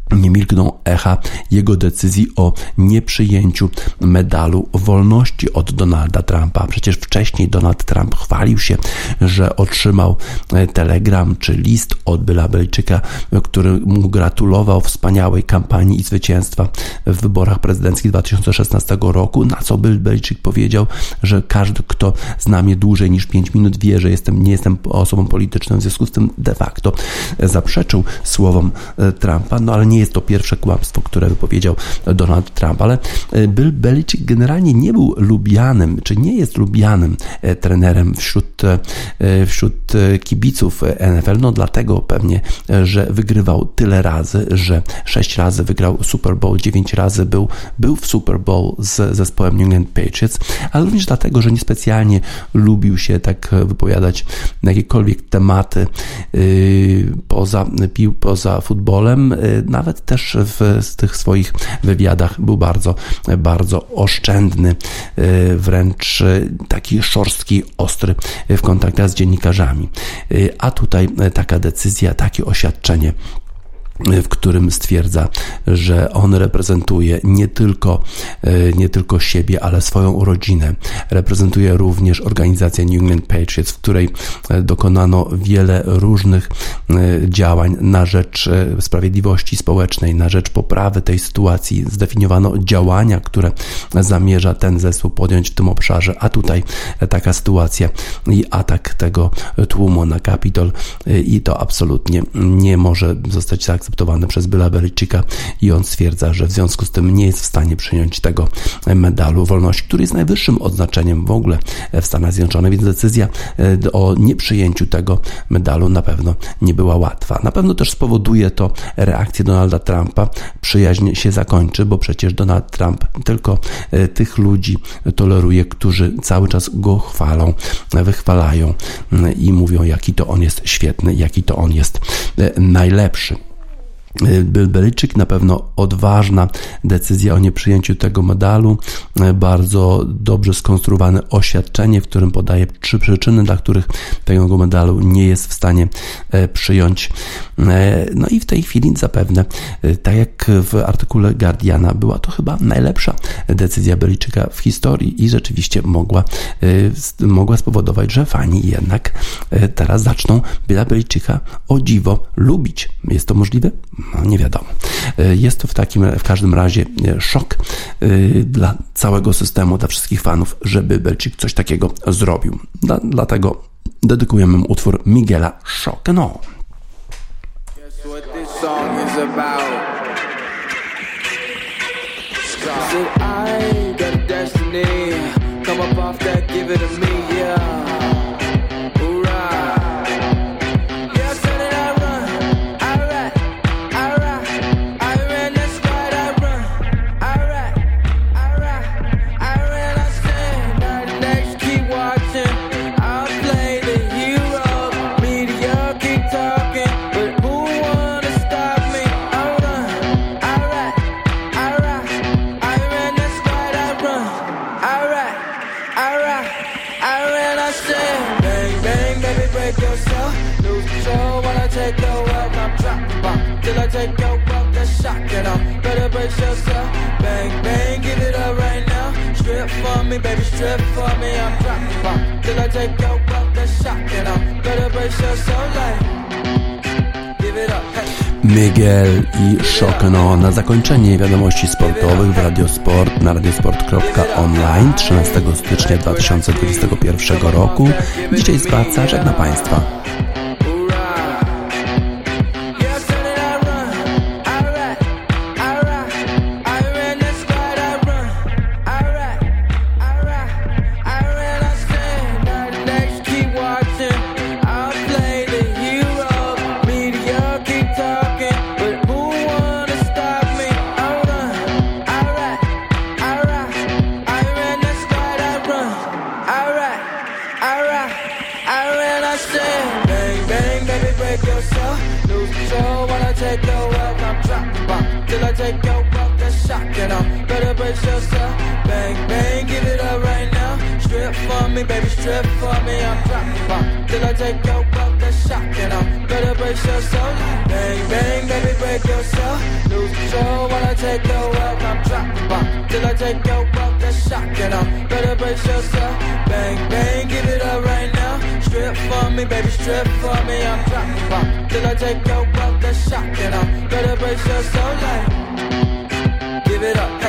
nie milkną echa jego decyzji o nieprzyjęciu medalu wolności od Donalda Trumpa. Przecież wcześniej Donald Trump chwalił się, że otrzymał telegram czy list od Billa Belichicka, który mu gratulował wspaniałej kampanii i zwycięstwa w wyborach prezydenckich 2016 roku, na co Bill Belichick powiedział, że każdy, kto zna mnie dłużej niż 5 minut, wie, że nie jestem osobą polityczną, w związku z tym de facto zaprzeczył słowom Trumpa, no ale nie jest to pierwsze kłamstwo, które wypowiedział Donald Trump, ale Bill Belichick generalnie nie był lubianym, czy nie jest lubianym trenerem wśród kibiców NFL, no dlatego pewnie, że wygrywał tyle razy, że 6 razy wygrał Super Bowl, 9 razy był w Super Bowl z zespołem New England Patriots, ale również dlatego, że niespecjalnie lubił się tak wypowiadać na jakiekolwiek tematy poza futbolem, nawet też w tych swoich wywiadach był bardzo, bardzo oszczędny, wręcz taki szorstki, ostry w kontaktach z dziennikarzami. A tutaj taka decyzja, takie oświadczenie, w którym stwierdza, że on reprezentuje nie tylko siebie, ale swoją rodzinę. Reprezentuje również organizację New England Patriots, w której dokonano wiele różnych działań na rzecz sprawiedliwości społecznej, na rzecz poprawy tej sytuacji. Zdefiniowano działania, które zamierza ten zespół podjąć w tym obszarze, a tutaj taka sytuacja i atak tego tłumu na Capitol i to absolutnie nie może zostać zaakceptowane przez Billa Belichicka i on stwierdza, że w związku z tym nie jest w stanie przyjąć tego medalu wolności, który jest najwyższym odznaczeniem w ogóle w Stanach Zjednoczonych, więc decyzja o nieprzyjęciu tego medalu na pewno nie była łatwa. Na pewno też spowoduje to reakcję Donalda Trumpa. Przyjaźń się zakończy, bo przecież Donald Trump tylko tych ludzi toleruje, którzy cały czas go chwalą, wychwalają i mówią, jaki to on jest świetny, jaki to on jest najlepszy. Bill Belichick, na pewno odważna decyzja o nieprzyjęciu tego medalu, bardzo dobrze skonstruowane oświadczenie, w którym podaje 3 przyczyny, dla których tego medalu nie jest w stanie przyjąć. No i w tej chwili zapewne, tak jak w artykule Guardiana, była to chyba najlepsza decyzja Belichicka w historii i rzeczywiście mogła spowodować, że fani jednak teraz zaczną Billa Belichicka o dziwo lubić. Jest to możliwe? No, nie wiadomo. Jest to w każdym razie szok dla całego systemu, dla wszystkich fanów, żeby Belichick coś takiego zrobił. Dlatego dedykujemy mu utwór Miguela Chocano. Baby, strip for me, I'm dropping bomb till I take your breath, that's shocking. Better brace yourself like, give it up, hey. Miguel i Chocano na zakończenie wiadomości sportowych w Radiosport na radiosport.online 13 stycznia 2021 roku. Dzisiaj Spaca żegna Państwa. Baby, strip for me, I'm dropping bomb till I take your breath, that's shocking. Better brace yourself, bang, bang, baby, break yourself, lose shocking, better brace yourself. Bang, bang, give it up right now. Strip for me, baby, strip for me. I'm dropping rock till I take your breath, that's shocking, better brace yourself like. Give it up,